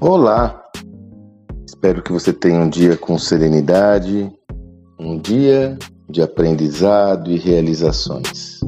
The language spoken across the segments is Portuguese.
Olá, espero que você tenha um dia com serenidade, um dia de aprendizado e realizações.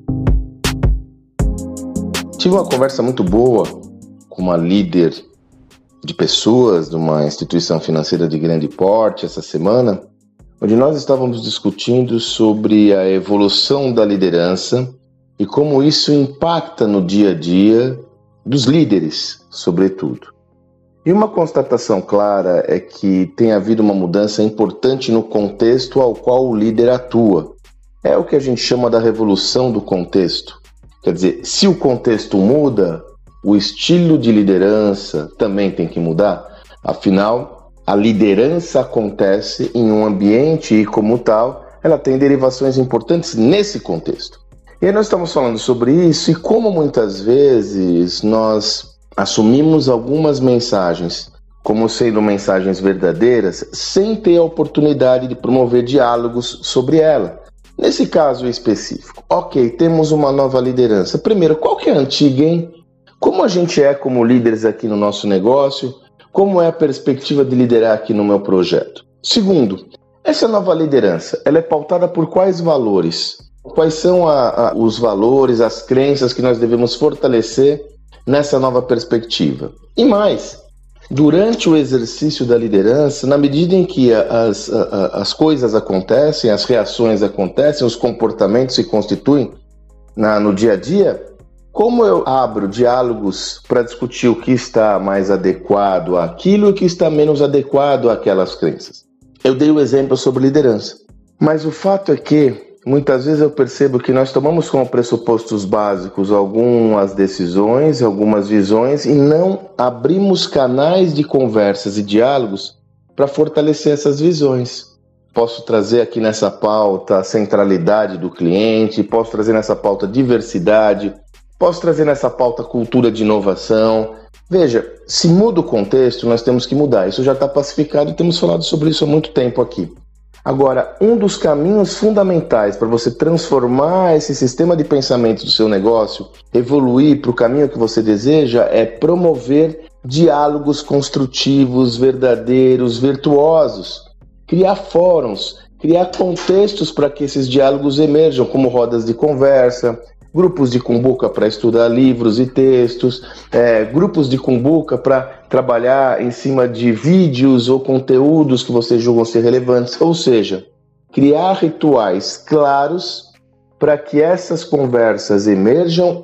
Tive uma conversa muito boa com uma líder de pessoas de uma instituição financeira de grande porte essa semana, onde nós estávamos discutindo sobre a evolução da liderança e como isso impacta no dia a dia dos líderes, sobretudo. E uma constatação clara é que tem havido uma mudança importante no contexto ao qual o líder atua. É o que a gente chama da revolução do contexto. Quer dizer, se o contexto muda, o estilo de liderança também tem que mudar. Afinal, a liderança acontece em um ambiente e, como tal, ela tem derivações importantes nesse contexto. E aí nós estamos falando sobre isso e como muitas vezes nós assumimos algumas mensagens como sendo mensagens verdadeiras sem ter a oportunidade de promover diálogos sobre ela. Nesse caso específico, ok, temos uma nova liderança. Primeiro, qual que é a antiga, hein? Como a gente é como líderes aqui no nosso negócio? Como é a perspectiva de liderar aqui no meu projeto? Segundo, essa nova liderança, ela é pautada por quais valores? Quais são os valores, as crenças que nós devemos fortalecer nessa nova perspectiva? E mais, durante o exercício da liderança, na medida em que as coisas acontecem, as reações acontecem, os comportamentos se constituem no dia a dia, como eu abro diálogos para discutir o que está mais adequado àquilo e o que está menos adequado àquelas crenças? Eu dei o exemplo sobre liderança, mas o fato é que muitas vezes eu percebo que nós tomamos como pressupostos básicos algumas decisões, algumas visões e não abrimos canais de conversas e diálogos para fortalecer essas visões. Posso trazer aqui nessa pauta a centralidade do cliente, posso trazer nessa pauta diversidade, posso trazer nessa pauta cultura de inovação. Veja, se muda o contexto, nós temos que mudar. Isso já está pacificado e temos falado sobre isso há muito tempo aqui. Agora, um dos caminhos fundamentais para você transformar esse sistema de pensamento do seu negócio, evoluir para o caminho que você deseja, é promover diálogos construtivos, verdadeiros, virtuosos. Criar fóruns, criar contextos para que esses diálogos emerjam, como rodas de conversa, grupos de cumbuca para estudar livros e textos, grupos de cumbuca para trabalhar em cima de vídeos ou conteúdos que vocês julgam ser relevantes, ou seja, criar rituais claros para que essas conversas emerjam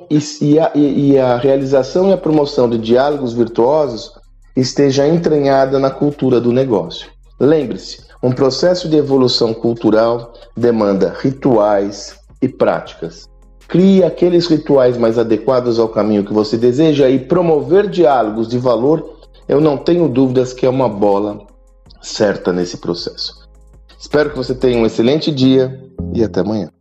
e a realização e a promoção de diálogos virtuosos esteja entranhada na cultura do negócio. Lembre-se, um processo de evolução cultural demanda rituais e práticas. Crie aqueles rituais mais adequados ao caminho que você deseja e promover diálogos de valor, eu não tenho dúvidas que é uma bola certa nesse processo. Espero que você tenha um excelente dia e até amanhã.